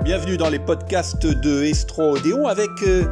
Bienvenue dans les podcasts de Estro Odéon avec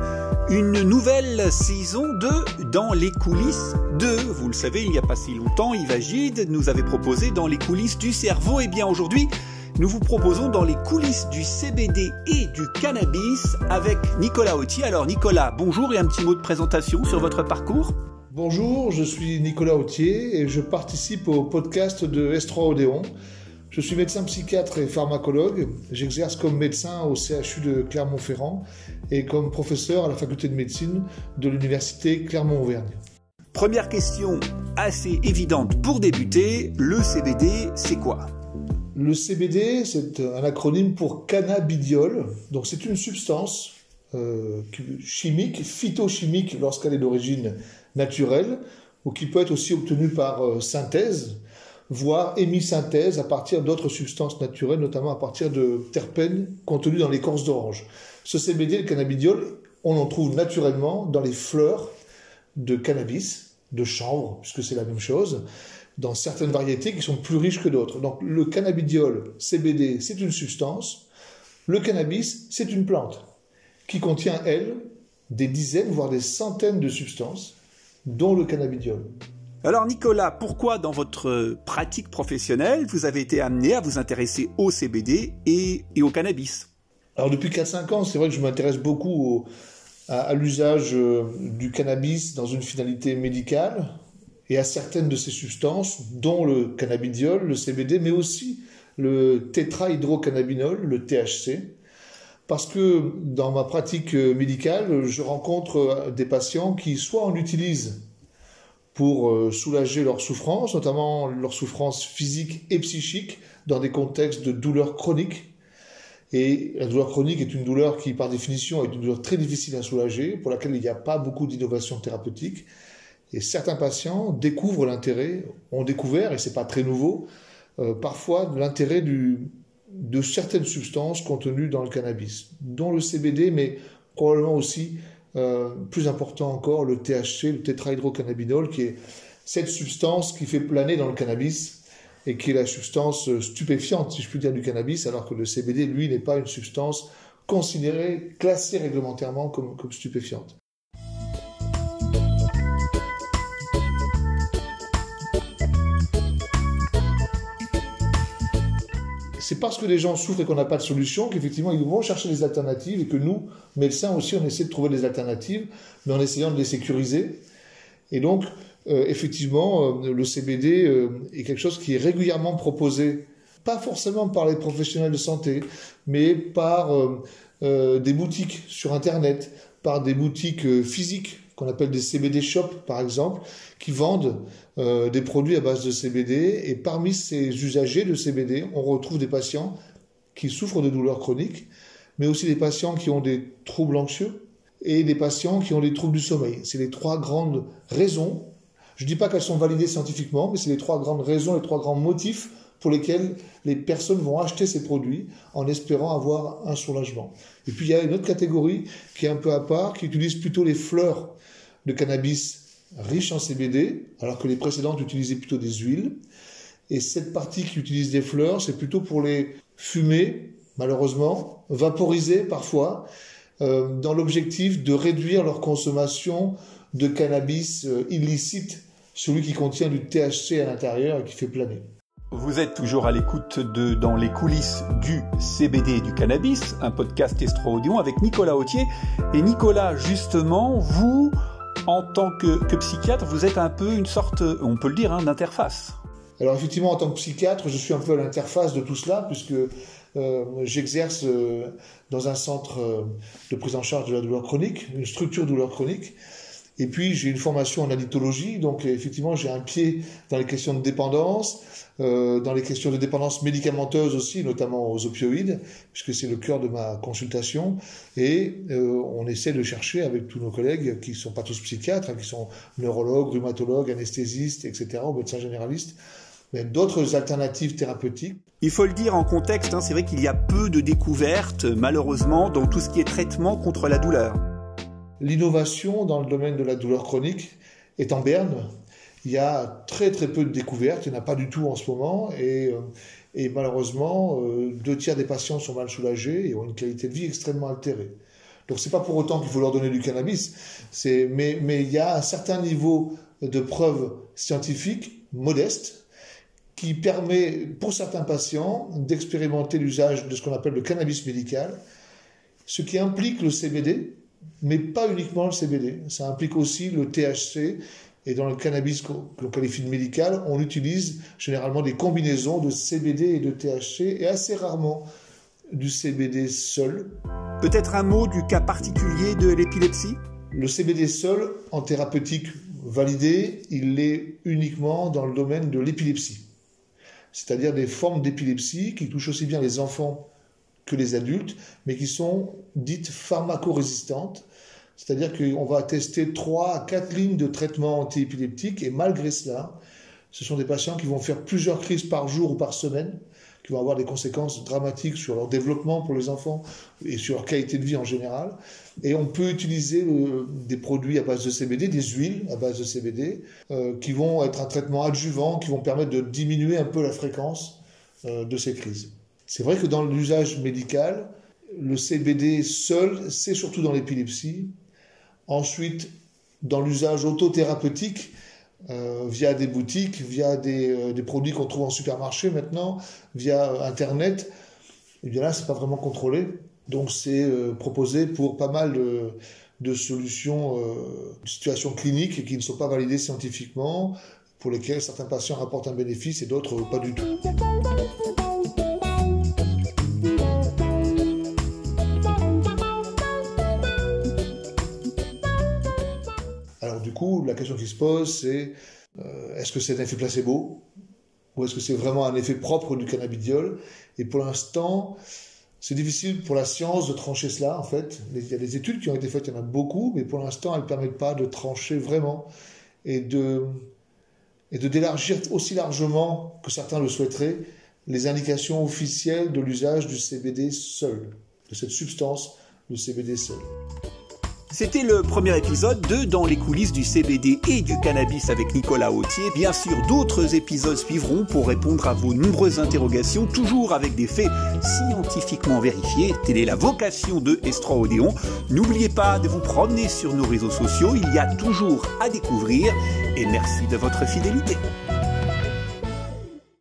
une nouvelle saison de Dans les coulisses de, vous le savez, il n'y a pas si longtemps, Yves Agide nous avait proposé Dans les coulisses du cerveau. Et bien aujourd'hui, nous vous proposons Dans les coulisses du CBD et du cannabis avec Nicolas Authier. Alors Nicolas, bonjour et un petit mot de présentation sur votre parcours. Bonjour, je suis Nicolas Authier et je participe au podcast de Estro Odéon. Je suis médecin psychiatre et pharmacologue. J'exerce comme médecin au CHU de Clermont-Ferrand et comme professeur à la faculté de médecine de l'université Clermont-Auvergne. Première question assez évidente pour débuter, le CBD, c'est quoi ? Le CBD, c'est un acronyme pour cannabidiol. Donc c'est une substance chimique, phytochimique lorsqu'elle est d'origine naturelle, ou qui peut être aussi obtenue par synthèse, voire hémisynthèse à partir d'autres substances naturelles, notamment à partir de terpènes contenus dans l'écorce d'orange. Ce CBD, le cannabidiol, on en trouve naturellement dans les fleurs de cannabis, de chanvre, puisque c'est la même chose, dans certaines variétés qui sont plus riches que d'autres. Donc le cannabidiol, CBD, c'est une substance. Le cannabis, c'est une plante qui contient, elle, des dizaines, voire des centaines de substances, dont le cannabidiol. Alors Nicolas, pourquoi dans votre pratique professionnelle, vous avez été amené à vous intéresser au CBD et au cannabis ? Alors depuis 4-5 ans, c'est vrai que je m'intéresse beaucoup à l'usage du cannabis dans une finalité médicale et à certaines de ces substances, dont le cannabidiol, le CBD, mais aussi le tétrahydrocannabinol, le THC. Parce que dans ma pratique médicale, je rencontre des patients qui soit en utilisent pour soulager leurs souffrances, notamment leurs souffrances physiques et psychiques, dans des contextes de douleurs chroniques. Et la douleur chronique est une douleur qui, par définition, est une douleur très difficile à soulager, pour laquelle il n'y a pas beaucoup d'innovation thérapeutique. Et certains patients découvrent l'intérêt, ont découvert, et c'est pas très nouveau, parfois l'intérêt de certaines substances contenues dans le cannabis, dont le CBD, mais probablement aussi, plus important encore, le THC, le tétrahydrocannabinol, qui est cette substance qui fait planer dans le cannabis et qui est la substance stupéfiante, si je puis dire, du cannabis, alors que le CBD, lui, n'est pas une substance considérée, classée réglementairement comme stupéfiante. C'est parce que les gens souffrent et qu'on n'a pas de solution qu'effectivement ils vont chercher des alternatives et que nous, médecins aussi, on essaie de trouver des alternatives, mais en essayant de les sécuriser. Et donc, effectivement, le CBD est quelque chose qui est régulièrement proposé, pas forcément par les professionnels de santé, mais par des boutiques sur Internet, par des boutiques physiques, qu'on appelle des CBD shops par exemple, qui vendent des produits à base de CBD. Et parmi ces usagers de CBD, on retrouve des patients qui souffrent de douleurs chroniques, mais aussi des patients qui ont des troubles anxieux et des patients qui ont des troubles du sommeil. C'est les trois grandes raisons. Je ne dis pas qu'elles sont validées scientifiquement, mais c'est les trois grandes raisons, les trois grands motifs pour lesquels les personnes vont acheter ces produits en espérant avoir un soulagement. Et puis il y a une autre catégorie qui est un peu à part, qui utilise plutôt les fleurs de cannabis riches en CBD, alors que les précédentes utilisaient plutôt des huiles. Et cette partie qui utilise des fleurs, c'est plutôt pour les fumer, malheureusement, vaporiser parfois, dans l'objectif de réduire leur consommation de cannabis illicite, celui qui contient du THC à l'intérieur et qui fait planer. Vous êtes toujours à l'écoute de Dans les coulisses du CBD et du cannabis, un podcast Estro Odéon avec Nicolas Authier. Et Nicolas, justement, vous, en tant que psychiatre, vous êtes un peu une sorte, on peut le dire, d'interface. Alors effectivement, en tant que psychiatre, je suis un peu à l'interface de tout cela, puisque j'exerce dans un centre de prise en charge de la douleur chronique, une structure douleur chronique. Et puis j'ai une formation en addictologie, donc effectivement j'ai un pied dans les questions de dépendance, dans les questions de dépendance médicamenteuse aussi, notamment aux opioïdes, puisque c'est le cœur de ma consultation. Et on essaie de chercher avec tous nos collègues, qui ne sont pas tous psychiatres, qui sont neurologues, rhumatologues, anesthésistes, etc., ou médecins généralistes, mais d'autres alternatives thérapeutiques. Il faut le dire en contexte, c'est vrai qu'il y a peu de découvertes, malheureusement, dans tout ce qui est traitement contre la douleur. L'innovation dans le domaine de la douleur chronique est en berne. Il y a très très peu de découvertes, il n'y en a pas du tout en ce moment, et Et malheureusement, 2/3 des patients sont mal soulagés et ont une qualité de vie extrêmement altérée. Donc c'est pas pour autant qu'il faut leur donner du cannabis, mais il y a un certain niveau de preuve scientifique modeste qui permet pour certains patients d'expérimenter l'usage de ce qu'on appelle le cannabis médical, ce qui implique le CBD, mais pas uniquement le CBD. Ça implique aussi le THC. Et dans le cannabis qu'on qualifie de médical, on utilise généralement des combinaisons de CBD et de THC, et assez rarement du CBD seul. Peut-être un mot du cas particulier de l'épilepsie ? Le CBD seul, en thérapeutique validé, il l'est uniquement dans le domaine de l'épilepsie. C'est-à-dire des formes d'épilepsie qui touchent aussi bien les enfants que les adultes, mais qui sont dites pharmacorésistantes. C'est-à-dire qu'on va tester 3 à 4 lignes de traitement antiépileptique et malgré cela, ce sont des patients qui vont faire plusieurs crises par jour ou par semaine, qui vont avoir des conséquences dramatiques sur leur développement pour les enfants et sur leur qualité de vie en général. Et on peut utiliser des produits à base de CBD, des huiles à base de CBD, qui vont être un traitement adjuvant, qui vont permettre de diminuer un peu la fréquence de ces crises. C'est vrai que dans l'usage médical, le CBD seul, c'est surtout dans l'épilepsie. Ensuite, dans l'usage autothérapeutique, via des boutiques, via des produits qu'on trouve en supermarché maintenant, via Internet, et bien là, c'est pas vraiment contrôlé. Donc, c'est proposé pour pas mal de solutions, de situations cliniques qui ne sont pas validées scientifiquement, pour lesquelles certains patients rapportent un bénéfice et d'autres pas du tout. Du coup, la question qui se pose, c'est est-ce que c'est un effet placebo ou est-ce que c'est vraiment un effet propre du cannabidiol? Et pour l'instant, c'est difficile pour la science de trancher cela, en fait. Il y a des études qui ont été faites, il y en a beaucoup, mais pour l'instant, elles ne permettent pas de trancher vraiment et d'élargir aussi largement que certains le souhaiteraient les indications officielles de l'usage du CBD seul, de cette substance, le CBD seul. C'était le premier épisode de Dans les coulisses du CBD et du cannabis avec Nicolas Authier. Bien sûr, d'autres épisodes suivront pour répondre à vos nombreuses interrogations, toujours avec des faits scientifiquement vérifiés. Telle est la vocation de Estroa Odéon. N'oubliez pas de vous promener sur nos réseaux sociaux, il y a toujours à découvrir et merci de votre fidélité.